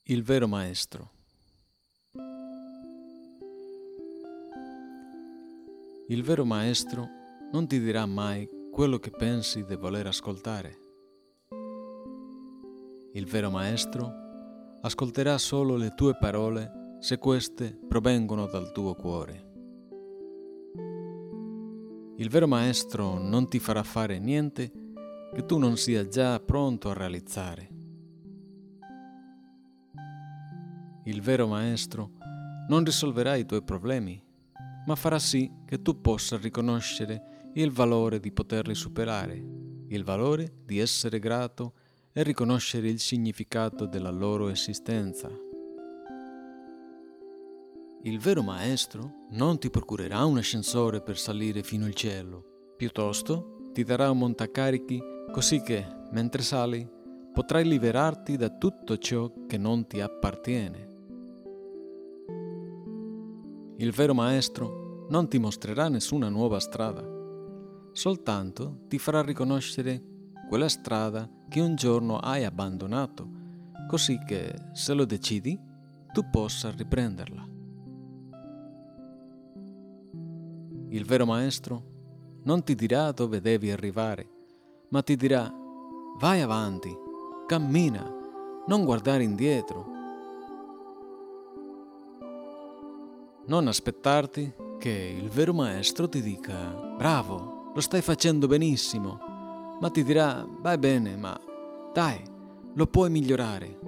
Il vero maestro. Il vero maestro non ti dirà mai quello che pensi di voler ascoltare. Il vero maestro ascolterà solo le tue parole se queste provengono dal tuo cuore. Il vero maestro non ti farà fare niente che tu non sia già pronto a realizzare. Il vero maestro non risolverà i tuoi problemi, ma farà sì che tu possa riconoscere il valore di poterli superare, il valore di essere grato e riconoscere il significato della loro esistenza. Il vero maestro non ti procurerà un ascensore per salire fino al cielo, piuttosto ti darà un montacarichi così che, mentre sali, potrai liberarti da tutto ciò che non ti appartiene. Il vero maestro non ti mostrerà nessuna nuova strada, soltanto ti farà riconoscere quella strada che un giorno hai abbandonato, così che, se lo decidi, tu possa riprenderla. Il vero maestro non ti dirà dove devi arrivare, ma ti dirà: vai avanti, cammina, non guardare indietro. Non aspettarti che il vero maestro ti dica: bravo, lo stai facendo benissimo, ma ti dirà: vai bene, ma dai, lo puoi migliorare.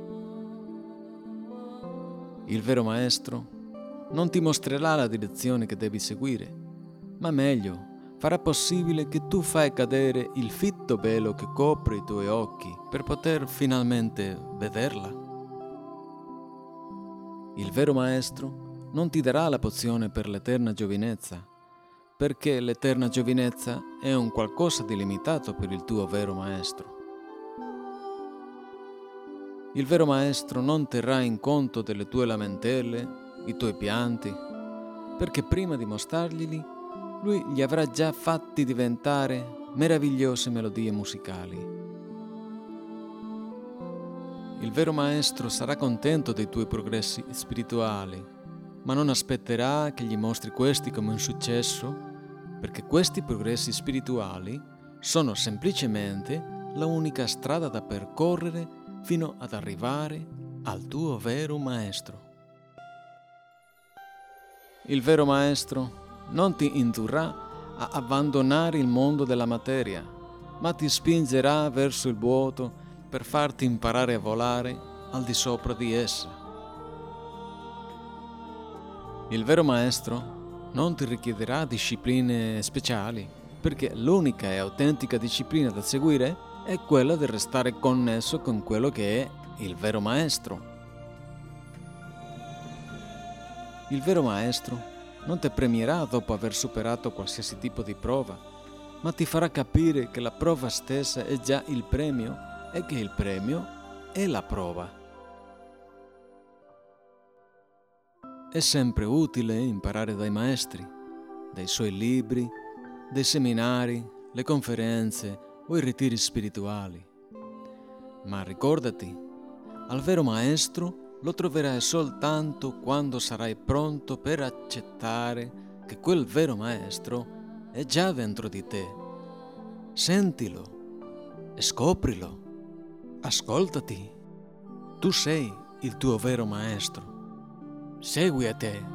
Il vero maestro non ti mostrerà la direzione che devi seguire, ma meglio, farà possibile che tu fai cadere il fitto velo che copre i tuoi occhi per poter finalmente vederla. Il vero maestro non ti darà la pozione per l'eterna giovinezza, perché l'eterna giovinezza è un qualcosa di limitato per il tuo vero maestro. Il vero maestro non terrà in conto delle tue lamentele, i tuoi pianti, perché prima di mostrarglieli, lui li avrà già fatti diventare meravigliose melodie musicali. Il vero maestro sarà contento dei tuoi progressi spirituali, ma non aspetterà che gli mostri questi come un successo, perché questi progressi spirituali sono semplicemente la unica strada da percorrere fino ad arrivare al tuo vero maestro. Il vero maestro non ti indurrà a abbandonare il mondo della materia, ma ti spingerà verso il vuoto per farti imparare a volare al di sopra di essa. Il vero maestro non ti richiederà discipline speciali, perché l'unica e autentica disciplina da seguire è quella di restare connesso con quello che è il vero maestro. Il vero maestro non ti premierà dopo aver superato qualsiasi tipo di prova, ma ti farà capire che la prova stessa è già il premio e che il premio è la prova. È sempre utile imparare dai maestri, dai suoi libri, dai seminari, le conferenze o i ritiri spirituali. Ma ricordati, al vero maestro lo troverai soltanto quando sarai pronto per accettare che quel vero maestro è già dentro di te. Sentilo e scoprilo. Ascoltati. Tu sei il tuo vero maestro. Segui a te.